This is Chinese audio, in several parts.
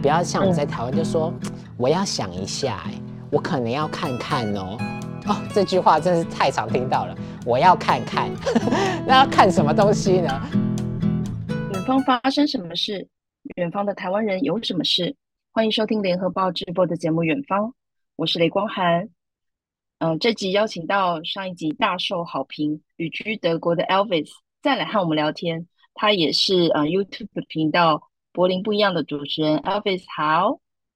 不要像我们在台湾就说我要想一下，我可能要看看哦。哦，这句话真是太常听到了。我要看看，那要看什么东西呢？ 远方发生什么事？远方的台湾人有什么事？欢迎收听联合报直播的节目《远方》，我是雷光涵。这集邀请到上一集大受好评、旅居德国的 Elvis 再来和我们聊天。他也是YouTube 频道柏林不一样的主持人。Elvis 好。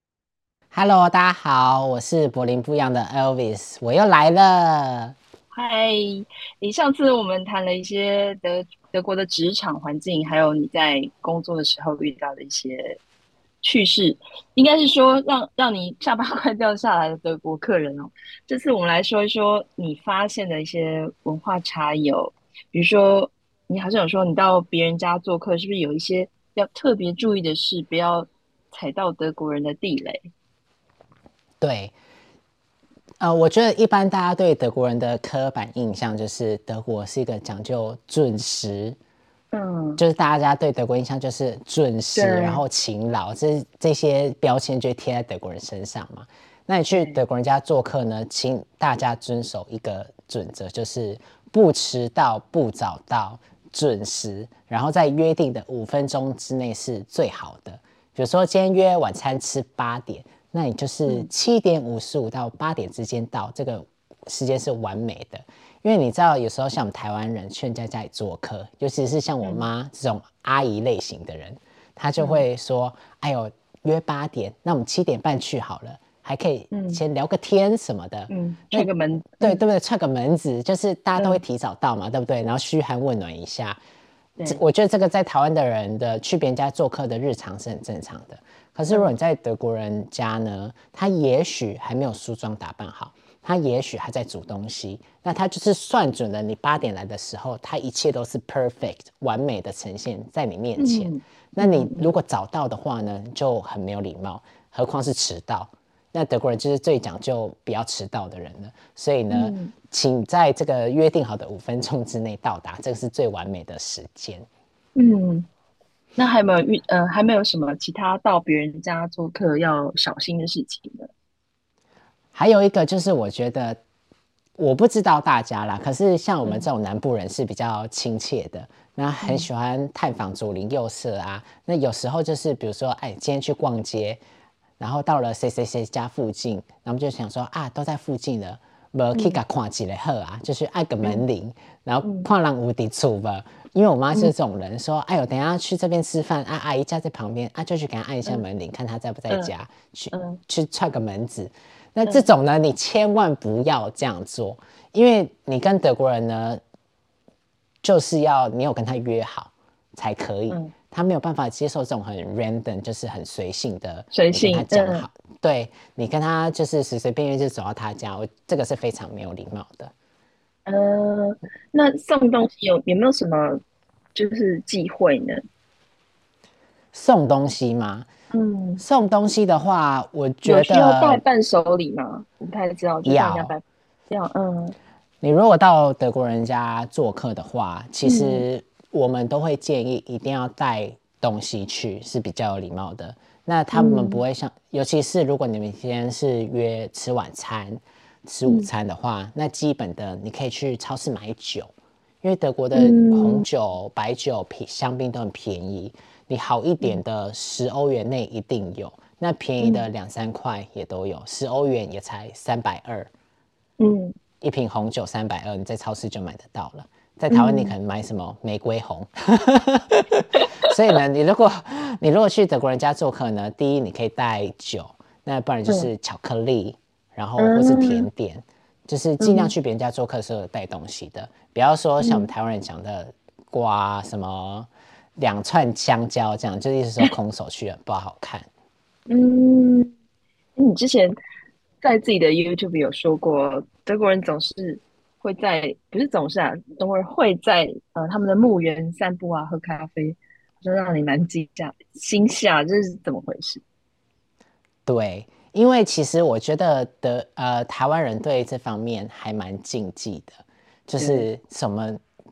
Hello，大家好，我是柏林不一样的 Elvis，我又来了。 嗨，你上次我们谈了一些德国的职场环境，还有你在工作的时候遇到的一些趣事，应该是说让你下巴快掉下来的德国客人哦。这次我们来说一说你发现的一些文化差异哦，比如说你好像有说你到别人家做客，是不是有一些要特别注意的事，不要踩到德国人的地雷？ 对，我觉得一般大家对德国人的刻板印象就是德国是一个讲究准时， 嗯， 就是大家对德国印象就是准时，然对后勤劳，这些标签就会贴在德国人身上嘛。那你去对， 德国人家做客呢，请大家遵守一个准则，就是不迟到、不早到、准时，然后在约定的5分钟之内是最好的。比如说今天约晚餐吃8点，那你就是嗯 7:55到8点之间到，这个时间是完美的。因为你知道，有时候像我们台湾人去人家家里做客，尤其是像我嗯妈这种阿姨类型的人，她就嗯会说：“哎呦，约8点，那我们7点半去好了，还可以嗯先聊个天什么的。”那踹个门， 对不对？串个门子，就是大家都会嗯。 提早到嘛，对不对？然后嘘寒问暖一下， 对， 我觉得这个在台湾的人的去别人家做客的日常是很正常的。可是如果你嗯在德国人家呢，他也许还没有梳妆打扮好，他也许还在煮东西，那他就是算准了你8点来的时候，他一切都是 perfect 完美的呈现在你面前。 嗯那你如果早到的话呢，就很没有礼貌，何况是迟到。那德国人就是最讲究不要迟到的人了，所以呢， 嗯请在这个约定好的5分钟之内到达，这个是最完美的时间。 嗯，那还没有什么其他到别人家做客要小心的事情呢？ 还有一个就是，我觉得我不知道大家啦，可是像我们嗯这种南部人是比较亲切的，那很嗯喜欢探访左邻右舍啊。那有时候就是比如说，哎，今天去逛街，然后到了谁谁谁家附近，然后就想说啊，都在附近了，无去嗯甲看一下好啊，就是按个嗯门铃，然后嗯看人有伫厝无。因为我妈就是嗯这种人，说，哎呦，等一下去这边吃饭啊，阿姨家在旁边啊，就去给她按一下嗯门铃，看她在不在嗯家，去嗯去串个门子。那这嗯种呢，你千万不要这样做，因为你跟德国人呢，就是要你有跟他约好才可以， 嗯， 他没有办法接受这种很 random，就是很随性的，你跟他随性， 讲好，对你跟他就是随随便便就走到他家，这个是非常没有礼貌的。 那送东西有没有什么就是忌讳呢？ 送东西吗？ 嗯， 送东西的话，我觉有需要带得伴手礼吗？我不太知道，就帮人家要。 带，要你如果到德国人家做客的话，其嗯实我们都会建议一定要带东西去，是比较有礼貌的。那他们不嗯会像，尤其是如果你们今天是约吃晚餐、吃午嗯餐的话，那基本的你可以去超市买酒，因为德国的红嗯酒、白酒、香槟都很便宜，你好一点嗯的10欧元内一定有，那便宜的嗯 2、3块也都有10欧元也才320。 嗯一瓶红酒320，你在超市就买得到了。在台湾你可嗯能买什么玫瑰红，所以呢，你如果去德国人家做客呢，第一你可以带酒，那不然就嗯是巧克力，然后或是甜嗯点，就是尽量嗯去别人家做客的时候带东西的，不要说像我们嗯台湾人讲的刮什么2串香蕉这样，就意思说空手去了不好看。 嗯，你之前在自己的 YouTube 有说过，德国人总是不是总是啊，等会儿会在他们的墓园散步啊，喝咖啡，就让你蛮惊吓，这是怎么回事？ 对，因为其实我觉得台湾人对这方面还蛮禁忌的，就对， 是什么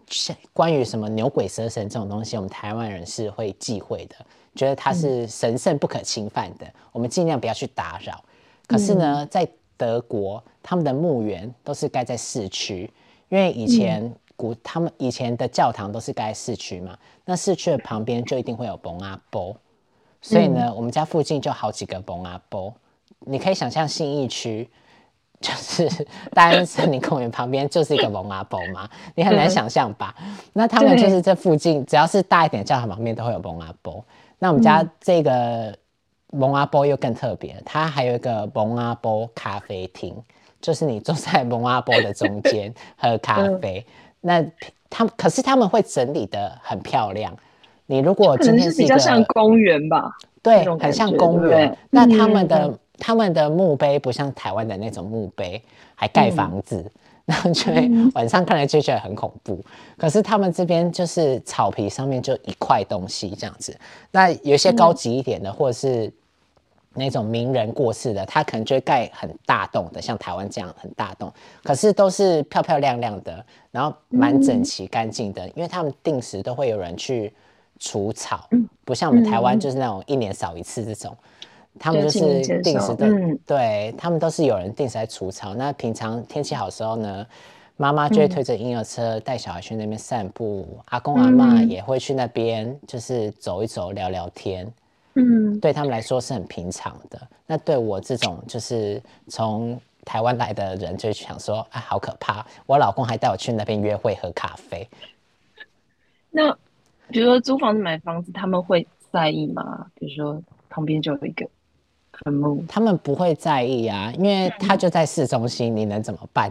关于什么牛鬼蛇神这种东西，我们台湾人是会忌讳的，觉得它是神圣不可侵犯的，我们尽量不要去打扰。可是呢，在德国，他们的墓园都是盖在市区，因为他们以前的教堂都是盖在市区嘛，那市区的旁边就一定会有崩阿波，所以呢，我们家附近就好几个崩阿波，你可以想象信义区。就是大安森林公园旁边就是一个蒙阿波嘛，你很难想象吧？那他们就是这附近，只要是大一点的教堂旁边都会有蒙阿波。那我们家这个蒙阿波又更特别，它还有一个蒙阿波咖啡厅，就是你坐在蒙阿波的中间喝咖啡。那可是他们会整理的很漂亮。你如果今天是一个比较像公园吧？ 对，很像公园。那他们的墓碑不像台湾的那种墓碑，还盖房子，然后就会晚上看来就觉得很恐怖。可是他们这边就是草皮上面就一块东西这样子。那有些高级一点的，或者是那种名人过世的，他可能就会盖很大栋的，像台湾这样很大栋，可是都是漂漂亮亮的，然后蛮整齐干净的，因为他们定时都会有人去除草，不像我们台湾就是那种1年扫一次这种。他们就是定时的，对，他们都是有人定时在除草。那平常天气好的时候呢，妈妈就会推着婴儿车带小孩去那边散步，阿公阿嬷也会去那边就是走一走聊聊天。对他们来说是很平常的。那对我这种就是从台湾来的人就会想说，啊，好可怕！我老公还带我去那边约会喝咖啡。 那比如说租房子买房子，他们会在意吗？比如说旁边就有一个坟墓， 他们不会在意啊，因为他就在市中心，你能怎么办？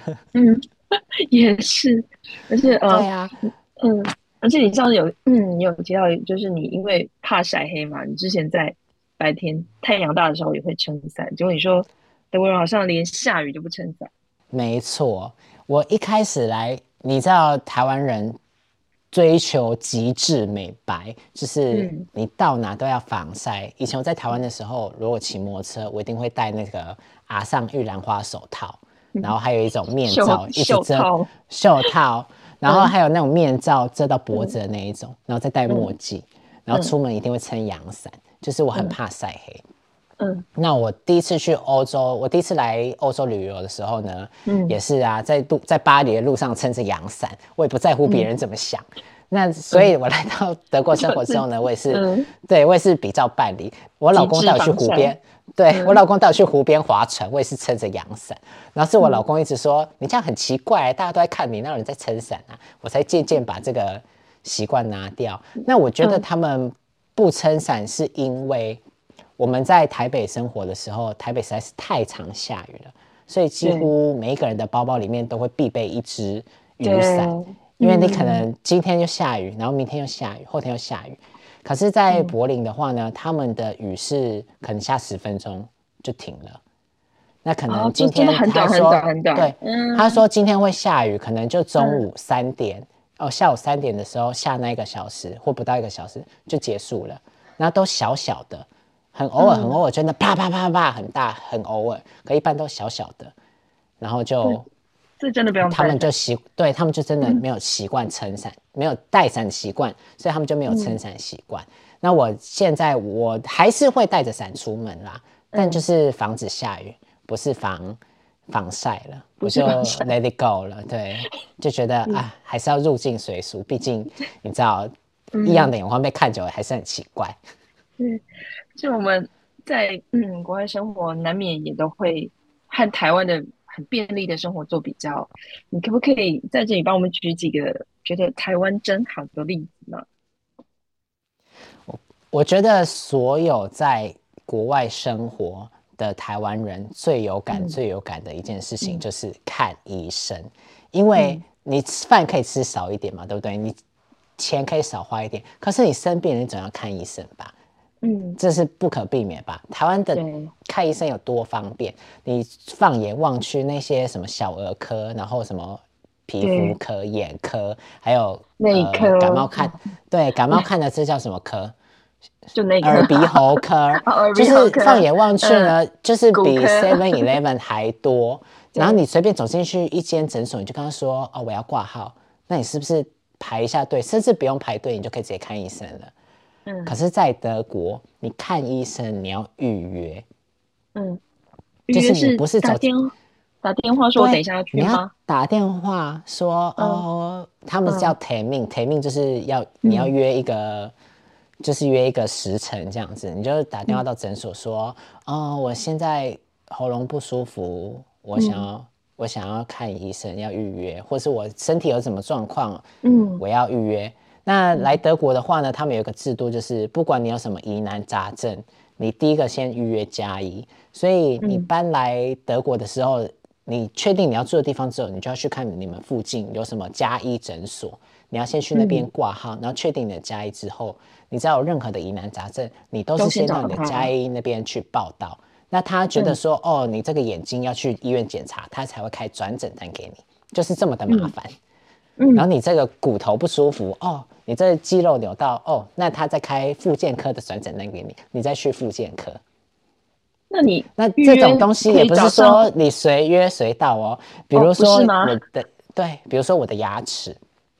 也是，而且对啊， 而且你上次你有提到，就是你因为怕晒黑嘛，你之前在白天太阳大的时候也会撑伞，结果你说德国人好像连下雨就不撑伞。 没错，我一开始来，你知道台湾人追求极致美白，就是你到哪都要防晒。以前我在台湾的时候，如果骑摩托车，我一定会戴那个阿尚玉兰花手套，然后还有一种面罩，一直遮袖套，然后还有那种面罩遮到脖子的那一种，然后再戴墨镜，然后出门一定会撑阳伞，就是我很怕晒黑。那我第一次去欧洲，我第一次来欧洲旅游的时候呢，也是啊，在巴黎的路上撑着阳伞，我也不在乎别人怎么想。那所以，我来到德国生活之后呢，我也是，对我也是比照办理。我老公带我去湖边，对我老公带我去湖边划船，我也是撑着阳伞。然后是我老公一直说，你这样很奇怪，大家都在看你，那有人在撑伞啊，我才渐渐把这个习惯拿掉。那我觉得他们不撑伞是因为我们在台北生活的时候，台北实在是太常下雨了，所以几乎每一个人的包包里面都会必备一支雨伞，因为你可能今天就下雨，然后明天又下雨，后天又下雨。可是，在柏林的话呢，他们的雨是可能下10分钟就停了。那可能今天他说，对，他说今天会下雨，可能就中午3点，下午3点的时候下那1个小时或不到1个小时就结束了，那都小小的。很偶尔，真的啪啪啪啪很大，很偶尔，可一般都小小的，然后就， 这真的不用。 他们就他们就真的没有习惯撑伞，没有带伞习惯，所以他们就没有撑伞习惯。那我现在我还是会带着伞出门啦，但就是防止下雨，不是防晒了，我就 let it go 了。对，就觉得啊，还是要入境随俗，毕竟你知道，异样的眼光被看久了还是很奇怪。 就我们在国外生活，难免也都会和台湾的很便利的生活做比较。你可不可以在这里帮我们举几个觉得台湾真好的例子呢？ 我觉得所有在国外生活的台湾人最有感的一件事情就是看医生，因为你饭可以吃少一点嘛，对不对？你钱可以少花一点，可是你生病了，你总要看医生吧？这是不可避免吧？台湾的看医生有多方便？你放眼望去，那些什么小儿科，然后什么皮肤科、眼科，还有内科， 感冒看，对，感冒看的这叫什么科？ 就那耳鼻喉科，就是放眼望去呢，就是比 7-Eleven 还多。然后你随便走进去一间诊所，你就跟他说：“哦，我要挂号。” 那你是不是排一下队，甚至不用排队，你就可以直接看医生了？可是，在德国，你看医生你要预约，就是你不是打电话说我等对， 一下要去你要吗？ 打电话说他们叫 termin 就是你要约一个，就是约一个时辰这样子，你就打电话到诊所说，我现在喉咙不舒服，我想要看医生，要预约，或是我身体有什么状况，我要预约。那来德国的话呢，他们有一个制度，就是不管你有什么疑难杂症，你第一个先预约家医。所以你搬来德国的时候，你确定你要住的地方之后，你就要去看你们附近有什么家医诊所，你要先去那边挂号，然后确定你的家医之后，你只要有任何的疑难杂症，你都是先到你的家医那边去报到。那他觉得说，你这个眼睛要去医院检查，他才会开转诊单给你，就是这么的麻烦。然后你这个骨头不舒服，你这肌肉扭到，那他再开复健科的转诊单给你，你再去复健科。那这种东西也不是说你随约随到哦，比如说比如说我的牙齿，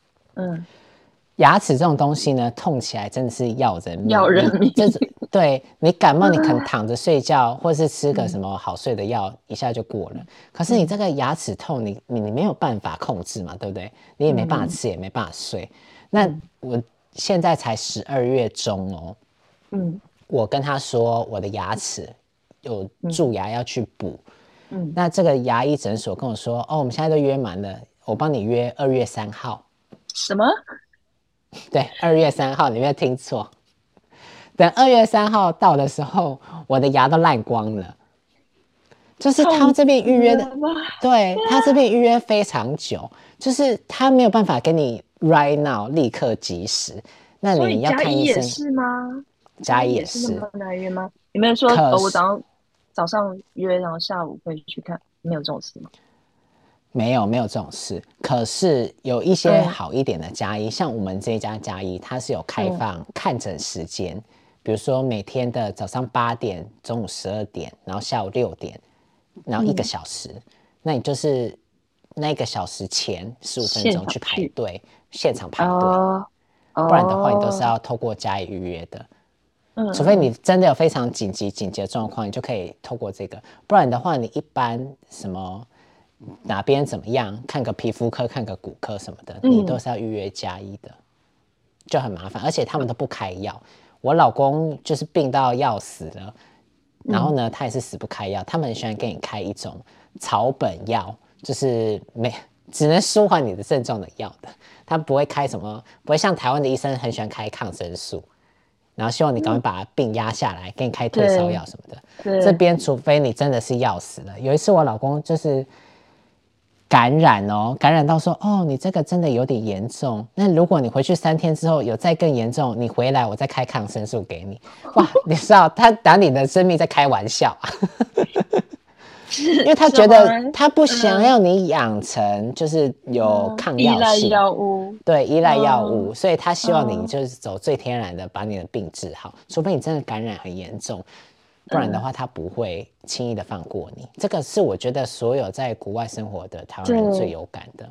牙齿这种东西呢，痛起来真的是要人命，对，你感冒，你可能躺着睡觉，或是吃个什么好睡的药，一下就过了。可是你这个牙齿痛，你没有办法控制嘛，对不对？你也没办法吃，也没办法睡。那我现在才12月中哦，我跟他说我的牙齿有蛀牙要去补，那这个牙医诊所跟我说，我们现在都约满了，我帮你约2月3号。 什么？ 对，2月3号，你没有听错。等2月3号到的时候，我的牙都烂光了。就是他这边预约的，对，他这边预约非常久，就是他没有办法给你 right now 立刻及时。那你要看医生是吗？ 家医也是那么难约吗？有没有说我早上约，然后下午会去看？没有这种事吗？ 没有这种事。可是有一些好一点的家医，像我们这一家家医，它是有开放看诊时间，比如说每天的早上8点、中午12点，然后下午6点，然后1个小时。那你就是那个小时前15分钟去排队，现场排队。不然的话，你都是要透过家医预约的。除非你真的有非常紧急的状况，你就可以透过这个。不然的话，你一般什么哪边怎么样，看个皮肤科、看个骨科什么的，你都是要预约家医的，就很麻烦。而且他们都不开药。我老公就是病到要死了，然后呢，他也是死不开药。他们很喜欢给你开一种草本药，就是只能舒缓你的症状的药的。他不会开什么，不会像台湾的医生很喜欢开抗生素，然后希望你赶快把病压下来，给你开退烧药什么的。这边除非你真的是要死了。有一次我老公就是感染到说，你这个真的有点严重。那如果你回去3天之后有再更严重，你回来我再开抗生素给你。哇，你知道他拿你的生命在开玩笑啊。因为他觉得他不想要你养成就是有抗药性、 依赖药物， 对，依赖药物，所以他希望你就是走最天然的把你的病治好，除非你真的感染很严重，不然的话他不会轻易的放过你。这个是我觉得所有在国外生活的台湾人最有感的。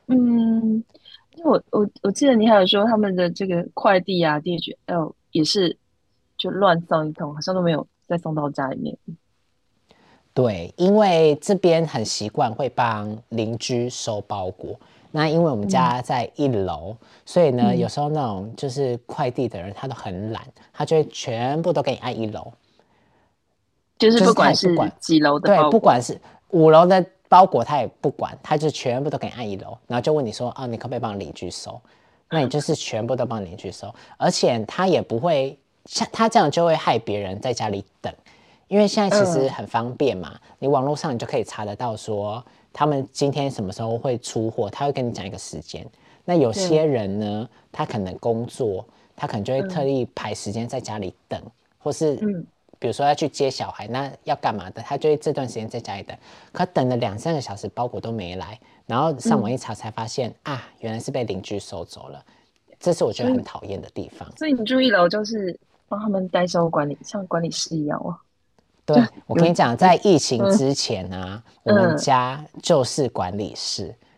我记得你还有说他们的这个快递啊 DHL 也是就乱送一通，好像都没有再送到家里面。 对，因为这边很习惯会帮邻居收包裹。那因为我们家在1楼，所以呢，有时候那种就是快递的人他都很懒，他就会全部都给你按1楼， 就是不管是几楼的包裹， 对，不管是5楼的包裹他也不管，他就全部都给你按1楼，然后就问你说你可不可以帮邻居收？那你就是全部都帮邻居收，而且他也不会像他这样就会害别人在家里等。因为现在其实很方便嘛，你网络上你就可以查得到说他们今天什么时候会出货，他会跟你讲一个时间。那有些人呢，他可能工作，他可能就会特意排时间在家里等，或是比如说要去接小孩，那要干嘛的，他就会这段时间在家里等。可等了2-3个小时，包裹都没来，然后上网一查才发现原来是被邻居收走了。这是我觉得很讨厌的地方。 所以你住1楼就是帮他们代收管理，像管理室一样哦。 对，我跟你讲，在疫情之前我们家就是管理室，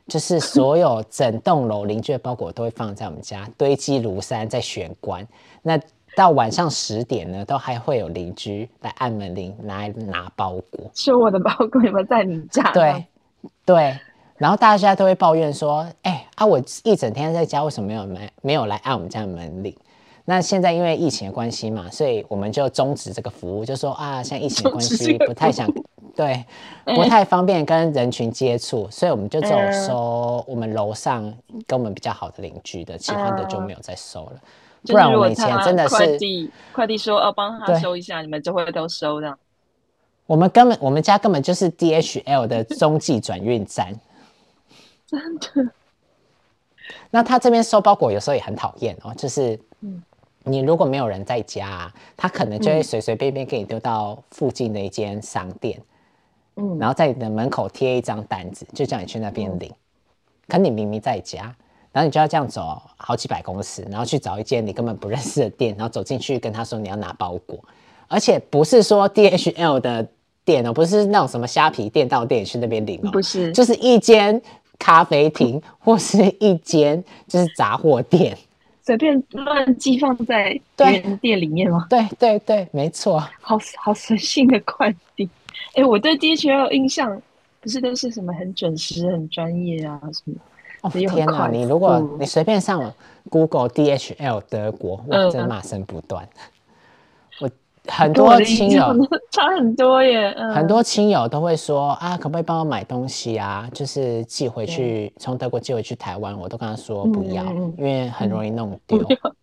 就是所有整栋楼邻居的包裹都会放在我们家，堆积如山在玄关。那到晚上10点呢，都还会有邻居来按门铃，来拿包裹。 说我的包裹有没有在你家？ 对对，然后大家都会抱怨说：“我一整天在家，为什么没有来按我们家的门铃？”那现在因为疫情的关系嘛，所以我们就终止这个服务，就说现在疫情的关系不太想对，不太方便跟人群接触，所以我们就只有收我们楼上跟我们比较好的邻居的，其他的就没有再收了。不然我们以前真的是快递说帮他收一下，你们就会都收这样。 我们家根本就是 DHL 的中继转运站， 真的。 那他这边收包裹有时候也很讨厌哦，就是你如果没有人在家他可能就会随随便便给你丢到附近的一间商店，然后在你的门口贴一张单子，就叫你去那边领。可你明明在家，然后你就要这样走好几百公尺，然后去找一间你根本不认识的店，然后走进去跟他说你要拿包裹，而且不是说 DHL 的店不是那种什么虾皮店到店去那边领不是， 就是一间咖啡厅或是一间就是杂货店， 随便乱寄放在别人店里面吗？ 对对对，没错。 好随性的快递。我对 DHL 印象不是都是什么很准时、很专业啊什么。 天哪！你如果你随便上 Google DHL 德国，哇，真骂声不断。我很多亲友差很多耶， 很多亲友都会说可不可以帮我买东西啊？就是寄回去，从德国寄回去台湾，我都跟他说不要，因为很容易弄丢。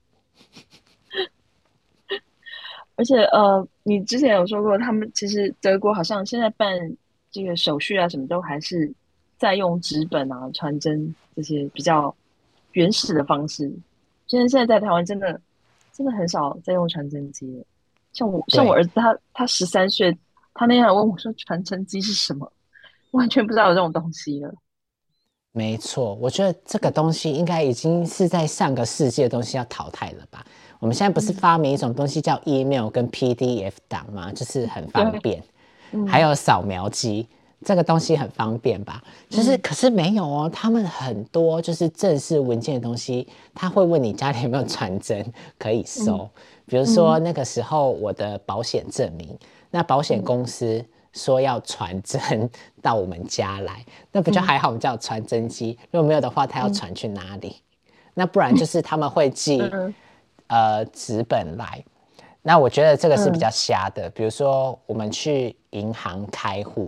而且你之前有说过，他们其实德国好像现在办这个手续啊，什么都还是在用纸本啊、传真这些比较原始的方式。现在在台湾真的很少在用传真机了。像我儿子他13岁，他那天还问我说传真机是什么，完全不知道有这种东西了。 没错，我觉得这个东西应该已经是在上个世纪的东西要淘汰了吧。我们现在不是发明一种东西叫 email 跟 PDF 档吗？就是很方便，还有扫描机，这个东西很方便吧？就是可是没有哦，他们很多就是正式文件的东西，他会问你家里有没有传真可以收。比如说那个时候我的保险证明，那保险公司说要传真到我们家来，那不就还好我们家有传真机，如果没有的话他要传去哪里？那不然就是他们会寄纸本来。那我觉得这个是比较瞎的，比如说我们去银行开户，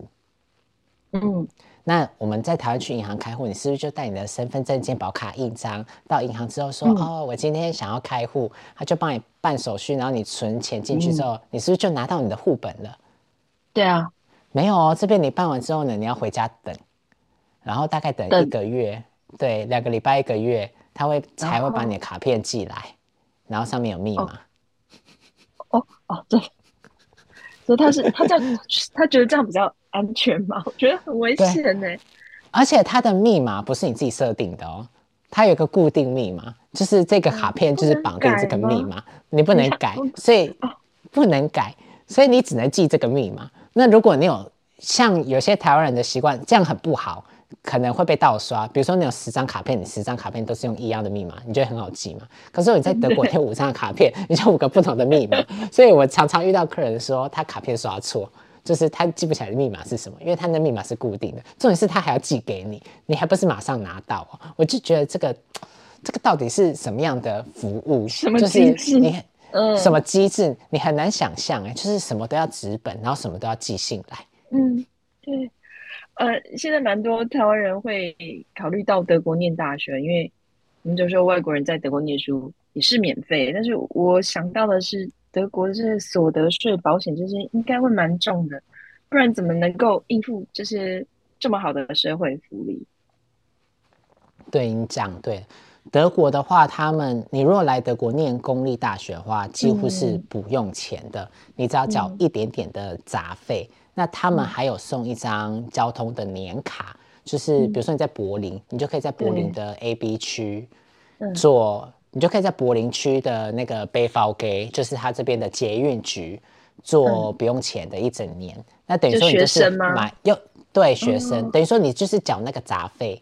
那我们在台湾去银行开户，你是不是就带你的身份证、健保卡印章到银行之后说，我今天想要开户，他就帮你办手续，然后你存钱进去之后，你是不是就拿到你的户本了？ 对啊， 没有哦，这边你办完之后呢，你要回家等，然后大概等1个月，对，2个礼拜1个月，他才会把你的卡片寄来，然后上面有密码。 对，所以他觉得这样比较安全嘛？我觉得很危险呢。 而且他的密码不是你自己设定的哦，它有一个固定密码，就是这个卡片就是绑定这个密码，你不能改，所以不能改，所以你只能记这个密码。那如果你有像有些台湾人的习惯，这样很不好，可能会被盗刷。比如说你有10张卡片，你10张卡片都是用一样的密码，你觉得很好记嘛？可是你在德国有5张卡片，你就5个不同的密码，所以我常常遇到客人说他卡片刷错，就是他记不起来的密码是什么，因为他的密码是固定的。重点是他还要寄给你，你还不是马上拿到哦？我就觉得这个到底是什么样的服务？ 什么机制？ 就是什么机制？你很难想象就是什么都要纸本，然后什么都要寄信来。 对。现在蛮多台湾人会考虑到德国念大学，因为我们就说外国人在德国念书也是免费，但是我想到的是德国这所得税、保险这些应该会蛮重的，不然怎么能够应付这些这么好的社会福利？ 对，你讲对。德国的话，你如果来德国念公立大学的话，几乎是不用钱的，你只要缴一点点的杂费。那他们还有送一张交通的年卡，就是比如说你在柏林，你就可以在柏林的 AB 区你就可以在柏林区的那个 BVG， 就是他这边的捷运局做不用钱的1整年。那等于说你就是买对学生，等于说你就是缴那个杂费，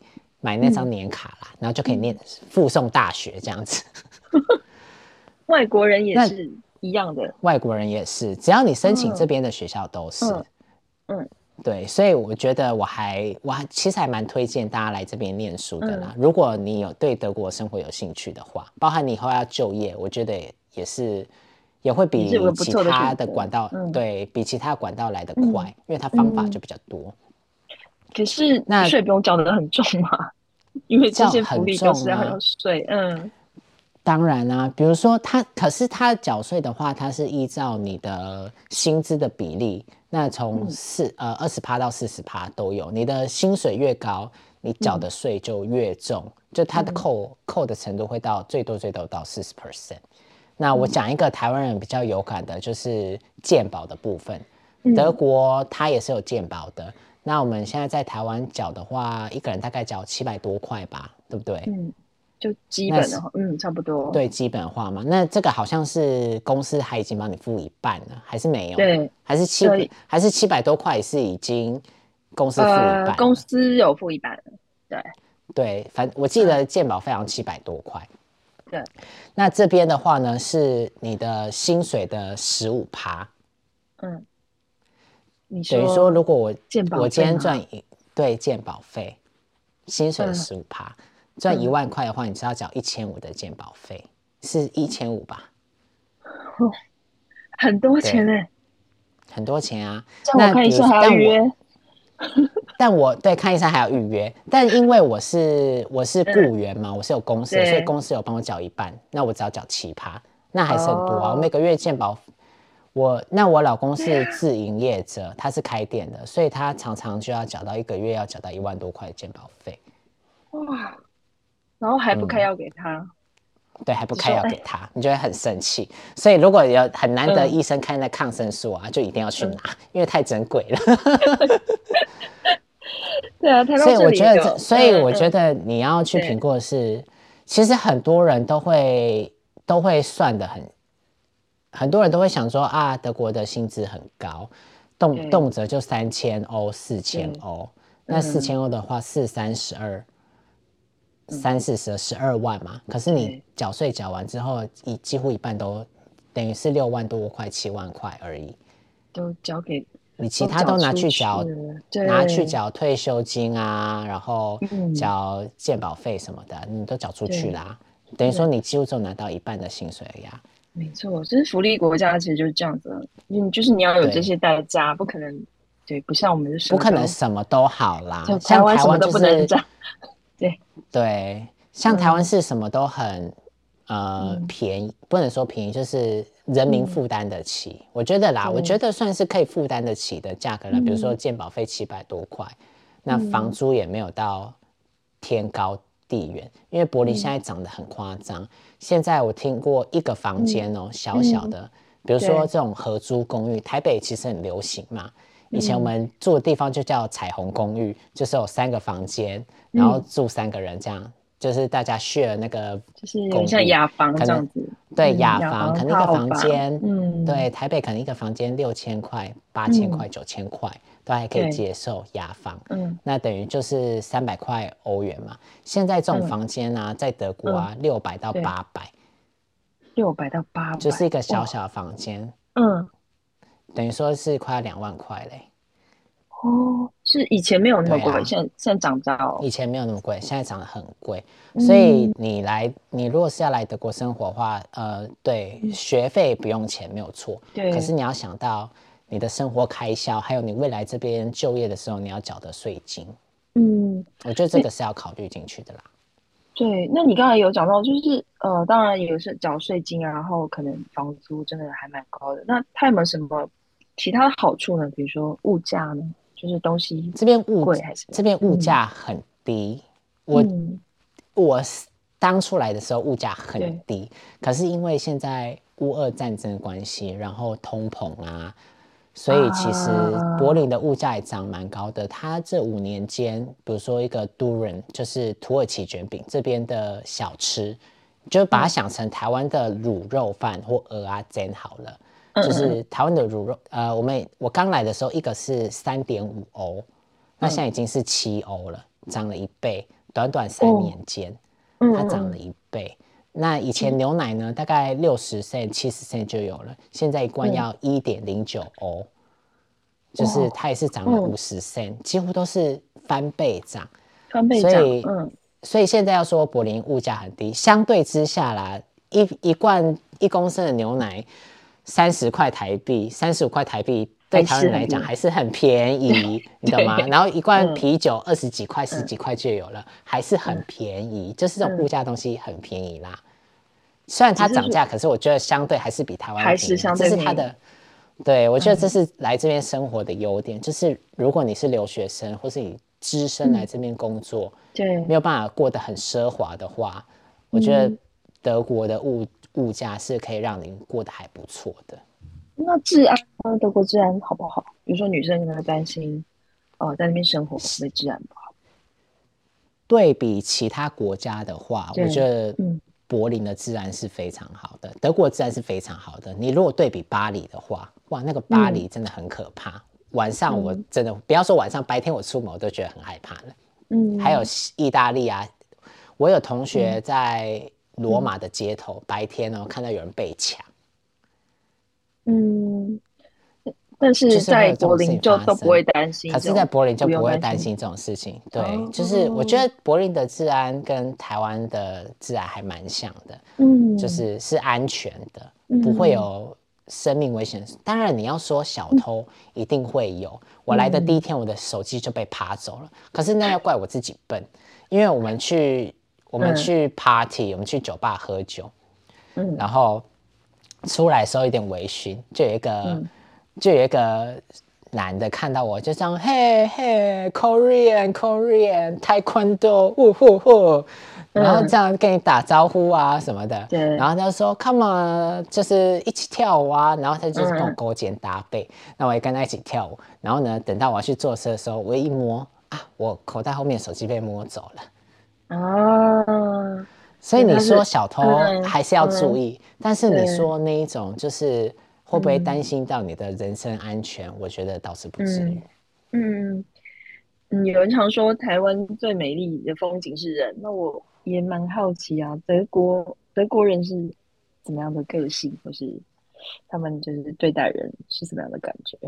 买那张年卡啦，然后就可以附送大学这样子。 外国人也是一样的， 外国人也是，只要你申请这边的学校都是。对，所以我觉得我其实还蛮推荐大家来这边念书的啦。如果你有对德国生活有兴趣的话，包含你以后要就业，我觉得也会比其他的管道，对比其他的管道来得快，因为它方法就比较多。 可是税不用缴得很重嘛，因为这些福利都是要有税。 当然啊，比如说可是他缴税的话，他是依照你的薪资的比例，那从20%到40%都有。你的薪水越高，你缴的税就越重，就它的扣的程度会到最多到40%。那我讲一个台湾人比较有感的，就是健保的部分。德国它也是有健保的。那我们现在在台湾缴的话，一个人大概缴700多块吧，对不对？ 就基本的话，差不多。 对，基本化嘛。那这个好像是公司还已经帮你付一半了，还是没有？ 对， 还是700多块是已经公司付一半？ 公司有付一半了。 对，反正我记得健保费好像700多块。 对。 那这边的话呢，是你的薪水的15%。等于说，如果我今天赚健保费，薪水的15%。赚1万块的话，你是要缴1500的健保费，是1500吧？ 很多钱欸， 很多钱啊！ 那我看医生还要预约。 但我看医生还要预约，但因为我是雇员嘛，我是有公司的，所以公司有帮我缴一半，那我只要缴7%，那还是很多啊。我每个月健保，我老公是自营业者，他是开店的，所以他常常就要缴到1个月要缴到1万多块的健保费。 哇！然后还不开药给他， 对，还不开药给他，你就会很生气。所以如果有很难得医生开那抗生素啊，就一定要去拿，因为太珍贵了。 对啊， 所以我觉得你要去评估的是，其实很多人都会算得很多人都会想说啊，德国的薪资很高，动辄就3000欧、4000欧，那4000欧的话12万嘛，可是你缴税缴完之后，几乎一半都等于是6万多块、7万块而已， 都交给你其他都拿去缴退休金啊，然后缴健保费什么的，你都缴出去啦，等于说你几乎就拿到一半的薪水了呀。 没错，这是福利国家，其实就是这样子，就是你要有这些代价，不可能，对，不像我们不可能什么都好啦， 像台湾什么都不能这样。 对，像台湾是什么都很便宜，不能说便宜，就是人民负担得起。我觉得啦，我觉得算是可以负担得起的价格了。比如说健保费700多块，那房租也没有到天高地远，因为柏林现在涨得很夸张。现在我听过一个房间小小的，比如说这种合租公寓，台北其实很流行嘛。以前我们住的地方就叫彩虹公寓，就是有3个房间，然后住3个人这样，就是大家 share 那个， 就是有点像雅房这样子。 对，雅房，可能一个房间，对，台北可能一个房间6000块、8000块、9000块都还可以接受雅房。那等于就是300块欧元嘛。现在这种房间啊，在德国啊，600到800。 600到800， 就是一个小小的房间。等于说是快要2万块嘞。 是以前没有那么贵，现在涨到。 以前没有那么贵，现在涨得很贵。所以你如果是要来德国生活的话，对，学费不用钱没有错。 对。 可是你要想到你的生活开销，还有你未来这边就业的时候你要缴的税金。我觉得这个是要考虑进去的啦。 对，那你刚才有讲到，就是当然也是缴税金啊，然后可能房租真的还蛮高的。那它有没有什么其他的好处呢？比如说物价呢？就是东西这边贵还是这边物价很低。我当初来的时候物价很低，可是因为现在乌俄战争的关系，然后通膨啊，所以其实柏林的物价也涨蛮高的。它这5年间，比如说一个 Durum， 就是土耳其卷饼这边的小吃，就把它想成台湾的卤肉饭或蚵仔煎好了。就是台湾的卤肉，我刚来的时候一个是3.5欧，那现在已经是7欧了，涨了1倍。 短短3年间，它涨了1倍。那以前牛奶呢，大概60 cent、70 cent 就有了，现在一罐要1.09欧，就是它也是涨了50 cent，几乎都是翻倍涨。 翻倍涨， 所以现在要说柏林物价很低，相对之下啦，一罐1公升的牛奶30块台币、35块台币，对台湾人来讲还是很便宜，你懂吗？然后一罐啤酒20几块、10几块就有了，还是很便宜，就是这种物价的东西很便宜啦。虽然它涨价，可是我觉得相对还是比台湾便宜，这是它的。对，我觉得这是来这边生活的优点，就是如果你是留学生或是你只身来这边工作，没有办法过得很奢华的话，我觉得德国的物价是可以让你过得还不错的。 那治安呢？德国治安好不好？比如说女生可能担心，在那边生活会不会治安不好？ 对比其他国家的话，我觉得柏林的治安是非常好的，德国治安是非常好的。你如果对比巴黎的话，哇，那个巴黎真的很可怕。晚上我真的不要说晚上，白天我出门我都觉得很害怕了。还有意大利啊，我有同学在罗马的街头，白天看到有人被抢。 但是在柏林就都不会担心， 可是在柏林就不会担心这种事情。对，就是我觉得柏林的治安跟台湾的治安还蛮像的，就是安全的，不会有生命危险。当然你要说小偷一定会有，我来的第一天我的手机就被扒走了，可是那要怪我自己笨，因为我们去 party， 我们去酒吧喝酒，然后出来的时候有点微醺，就有一个男的看到我就这样，嘿嘿 Korean Taekwondo， 呼呼呼，然后这样跟你打招呼啊什么的，然后他就说 Come on， 就是一起跳舞啊，然后他就是跟我勾肩搭背，那我也跟他一起跳舞，然后呢，等到我要去坐车的时候，我一摸啊，我口袋后面手机被摸走了。所以你说小偷还是要注意，但是你说那一种就是会不会担心到你的人身安全？我觉得倒是不至于。 有人常说台湾最美丽的风景是人，那我也蛮好奇啊，德国人是怎么样的个性，或是他们就是对待人是什么样的感觉？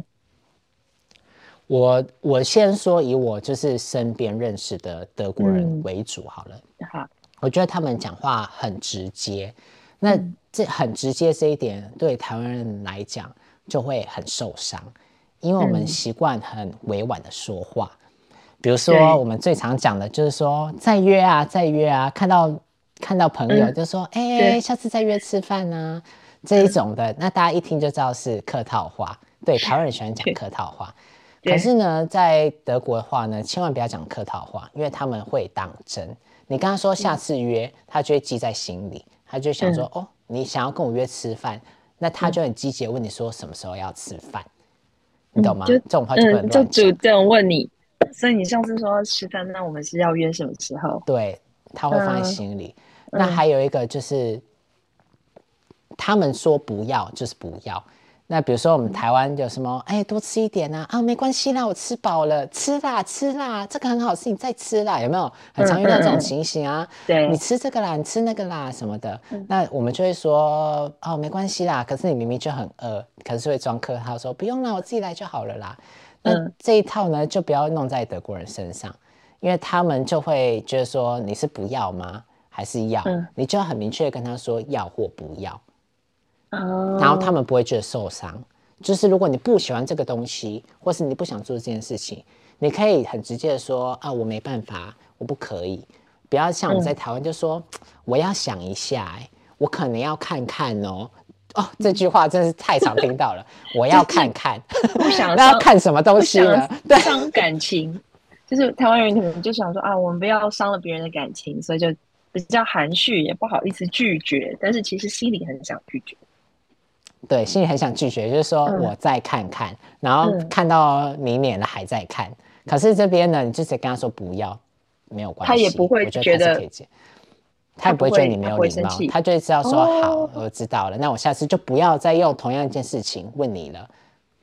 我先说以我就是身边认识的德国人为主好了。我觉得他们讲话很直接，那这很直接这一点对台湾人来讲就会很受伤，因为我们习惯很委婉的说话。比如说我们最常讲的就是说再约啊再约啊，看到朋友就说下次再约吃饭啊，这一种的，那大家一听就知道是客套话。对，台湾人喜欢讲客套话，可是呢在德国的话呢，千万不要讲客套话，因为他们会当真。你跟他说下次约，他就会记在心里，他就想说你想要跟我约吃饭，那他就很积极的问你说什么时候要吃饭，你懂吗？这种话就不能乱讲， 就主动问你，所以你上次说要吃饭，那我们是要约什么时候？ 对，他会放在心里。那还有一个就是他们说不要就是不要。那比如说我们台湾有什么多吃一点啊，没关系啦，我吃饱了，吃啦，这个很好吃，你再吃啦，有没有？很常遇到这种情形啊。对，你吃这个啦，你吃那个啦什么的，那我们就会说没关系啦，可是你明明就很饿，可是会装客套说不用啦，我自己来就好了啦。那这一套呢就不要弄在德国人身上，因为他们就会觉得说你是不要吗还是要，你就要很明确的跟他说要或不要。然后他们不会觉得受伤，就是如果你不喜欢这个东西，或是你不想做这件事情，你可以很直接的说我没办法，我不可以。不要像我们在台湾就说我要想一下，我可能要看看这句话真是太常听到了。我要看看， 不想那要看什么东西呢？ 对，伤感情，就是台湾人可能就想说我们不要伤了别人的感情，所以就比较含蓄，也不好意思拒绝，但是其实心里很想拒绝。 对，心里很想拒绝，就是说我再看看，然后看到明年了还在看。可是这边呢，你就直接跟他说不要，没有关系， 他也不会觉得， 他也不会觉得你没有礼貌，他就会知道说好，我知道了，那我下次就不要再用同样一件事情问你了。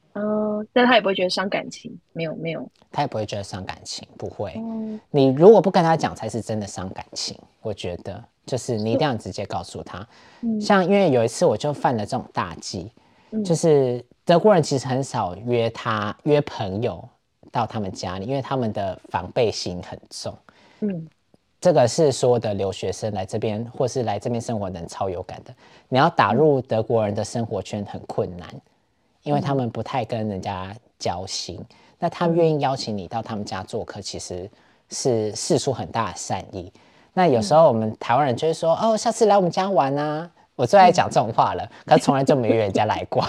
但他也不会觉得伤感情，没有没有。 他也不会觉得伤感情，不会。 哦， 你如果不跟他讲，才是真的伤感情。我觉得，就是你一是， 定要直接告诉他。 嗯像因为有一次我就犯了这种大忌，就嗯是德国人其实很少约朋友到他们家里，因为他们的防备心很重。 嗯这个是所有的留学生来这边，或是来这边生活的人超有感的。你要打入德国人的生活圈很困难，因为他们不太跟人家交心。那他们愿意邀请你到他们家做客，其实是释出很大的善意。那有时候我们台湾人就会说：“哦，下次来我们家玩啊。”我最爱讲这种话了，可是从来就没有人家来过。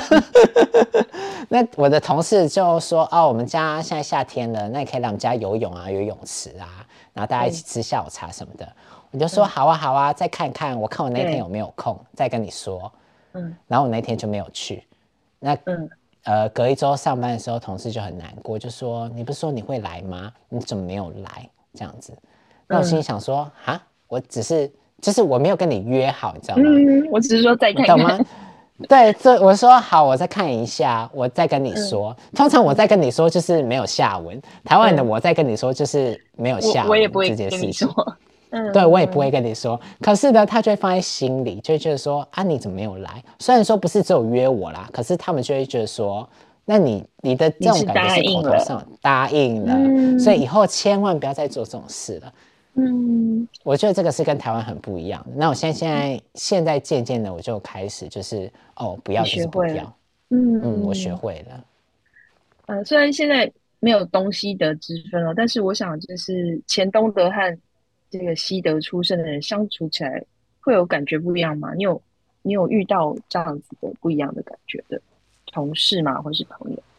那我的同事就说：“哦，我们家现在夏天了，那你可以来我们家游泳啊，有泳池啊，然后大家一起吃下午茶什么的。”我就说：“好啊，好啊，再看看，我看我那天有没有空，再跟你说。”然后我那天就没有去。那隔一周上班的时候，同事就很难过，就说：“你不是说你会来吗？你怎么没有来？”这样子。那我心里想说：“哈，我只是就是我没有跟你约好，你知道吗？ 我只是说再看看， 你懂吗？”对，这我说好，我再看一下，我再跟你说。通常我再跟你说就是没有下文，台湾的我再跟你说就是没有下文我也不会这件跟你说。 事情。对我也不会跟你说，可是呢，他就会放在心里，就会觉得说啊，你怎么没有来？虽然说不是只有约我啦，可是他们就会觉得说，那你的这种感觉是口头上答应了，所以以后千万不要再做这种事了。我觉得这个是跟台湾很不一样的。那我现在渐渐的我就开始就是不要就是不要，我学会了。 虽然现在没有东西德之分了，但是我想就是前东德和这个西德出生的人相处起来会有感觉不一样吗？你有遇到这样子的不一样的感觉的同事吗，或是朋友？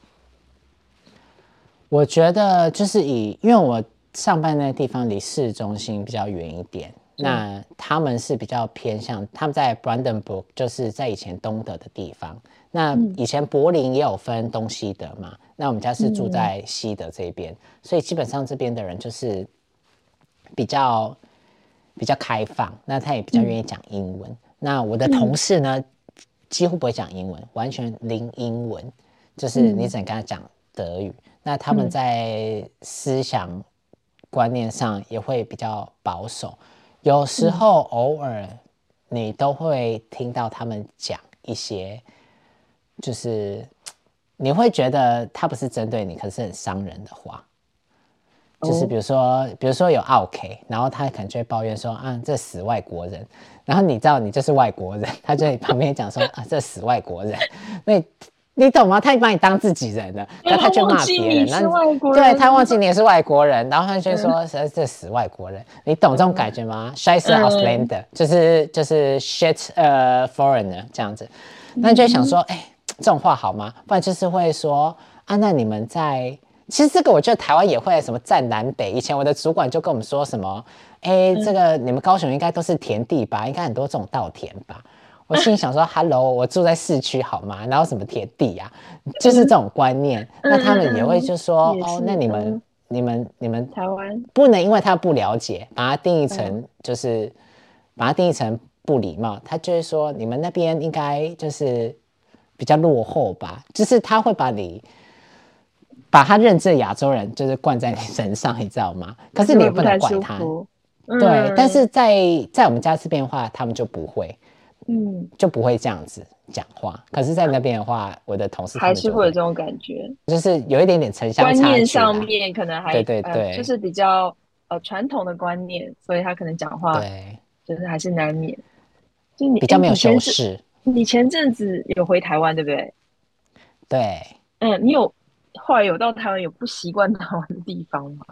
我觉得就是因为我上班那个地方离市中心比较远一点，那他们是比较偏向他们在 Brandenburg， 就是在以前东德的地方。那以前柏林也有分东西德嘛，那我们家是住在西德这边，所以基本上这边的人就是比较开放，那他也比较愿意讲英文。那我的同事呢，几乎不会讲英文，完全零英文，就是你只能跟他讲德语。那他们在思想观念上也会比较保守，有时候偶尔你都会听到他们讲一些，就是你会觉得他不是针对你，可是很伤人的话。就是比如说有 OK， 然后他可能就会抱怨说啊，这死外国人，然后你知道你就是外国人，他就在旁边讲说啊，这死外国人，那你懂吗？他把你当自己人了，然后他就骂别人，然后对他忘记你也是外国人，然后他就说这死外国人，你懂这种感觉吗？Scheiße Ausländer，就是 shit foreigner 这样子，那你就会想说，这种话好吗？不然就是会说啊，那你们在。其实这个我觉得台湾也会什么占南北。以前我的主管就跟我们说什么，这个你们高雄应该都是田地吧？应该很多这种稻田吧？我心里想说，Hello， 我住在市区好吗？哪有什么田地呀？就是这种观念。那他们也会就说，那你们台湾不能因为他不了解，把它定义成就是把它定义成不礼貌。他就会说，你们那边应该就是比较落后吧？就是他会把他认知的亚洲人就是灌在你身上，你知道吗？可是你也不能怪他，对。但是在我们家这边的话，他们就不会，就不会这样子讲话。可是，在那边的话，我的同事还是会有这种感觉， 就是有一点点城乡差距， 观念上面可能还对， 就是比较传统的观念，所以他可能讲话对， 就是还是难免。就你比较没有修饰。 你前阵子有回台湾对不对？ 对， 你后来有到台湾有不习惯台湾的地方吗？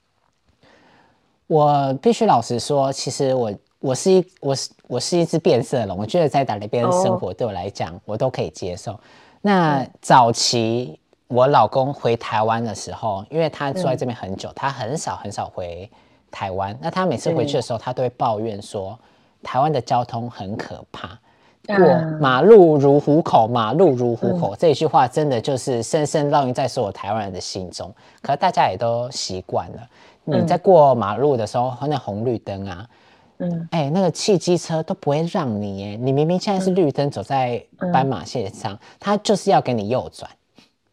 我必须老实说，其实我是一只变色龙，我觉得在哪边生活对我来讲，我都可以接受。那早期我老公回台湾的时候，因为他住在这边很久，他很少回台湾。那他每次回去的时候，他都会抱怨说，台湾的交通很可怕。过马路如虎口，马路如虎口，这一句话真的就是深深烙印在所有台湾人的心中。可是大家也都习惯了。你在过马路的时候，那红绿灯啊，那个汽机车都不会让你耶。你明明现在是绿灯，走在斑马线上，他就是要给你右转。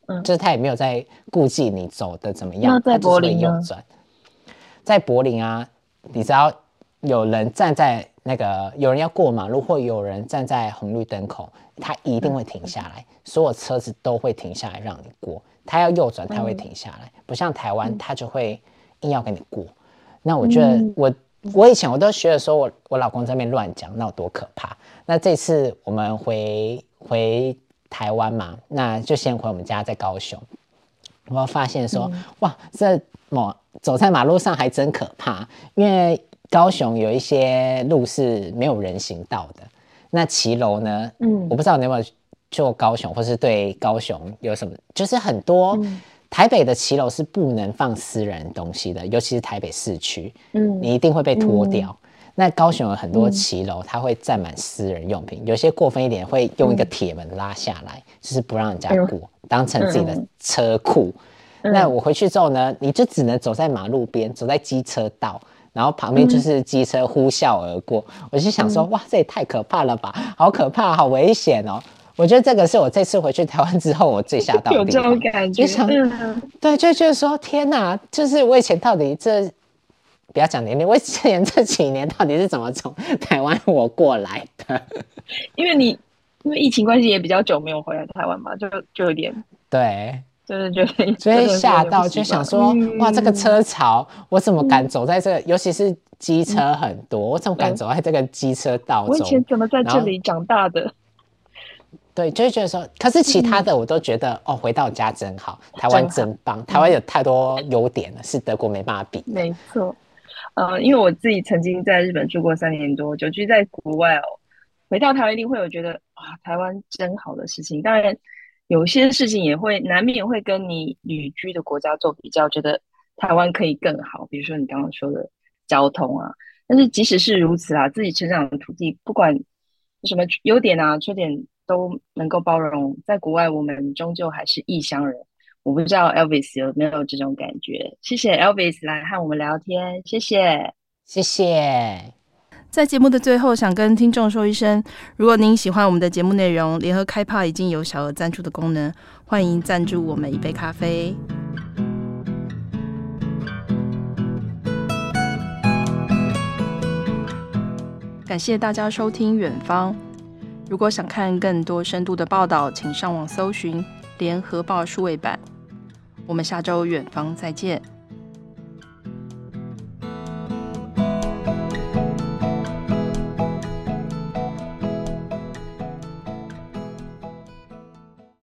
就是他也没有在顾忌你走的怎么样。 那在柏林呢？ 他就是会右转。在柏林啊，你只要有人站在有人要过马路，或有人站在红绿灯口，他一定会停下来，所有车子都会停下来让你过。他要右转，他会停下来，不像台湾，他就会硬要跟你过。那我觉得我以前我都觉得说我老公在那边乱讲，那有多可怕。那这次我们回台湾嘛，那就先回我们家在高雄。我发现说，哇，走在马路上还真可怕，因为高雄有一些路是没有人行道的。那骑楼呢？我不知道你有没有去过高雄，或是对高雄有什么，就是很多台北的骑楼是不能放私人东西的，尤其是台北市区，你一定会被拖掉。那高雄有很多骑楼，它会占满私人用品，有些过分一点会用一个铁门拉下来，就是不让人家过，当成自己的车库。那我回去之后呢，你就只能走在马路边，走在机车道，然后旁边就是机车呼啸而过。我就想说，哇，这也太可怕了吧，好可怕，好危险哦。我觉得这个是我这次回去台湾之后我最吓到的地方。 有这种感觉， 对，就觉得说天哪，就是我以前到底不要讲年龄，我以前这几年到底是怎么从台湾活过来的？ 因为疫情关系也比较久没有回来台湾嘛，就有点对， 就是觉得所以吓到，就想说哇，这个车潮，我怎么敢走在这个，尤其是机车很多，我怎么敢走在这个机车道中？ 我以前怎么在这里长大的？ 对，就会觉得说，可是其他的我都觉得回到家真好，台湾真棒，台湾有太多优点了，是德国没办法比。 没错。因为我自己曾经在日本住过3年多，久居在国外哦，回到台湾一定会有觉得哇，台湾真好的事情。当然，有些事情也会难免会跟你旅居的国家做比较，觉得台湾可以更好。比如说你刚刚说的交通啊，但是即使是如此啊，自己成长的土地，不管什么优点啊、缺点都能够包容。在国外，我们终究还是异乡人。我不知道 Elvis 有没有这种感觉。谢谢 Elvis 来和我们聊天，谢谢， 谢谢。 在节目的最后，想跟听众说一声，如果您喜欢我们的节目内容，联合开趴已经有小额赞助的功能，欢迎赞助我们一杯咖啡。感谢大家收听远方。如果想看更多深度的报道，请上网搜寻联合报数位版。我们下周远方再见。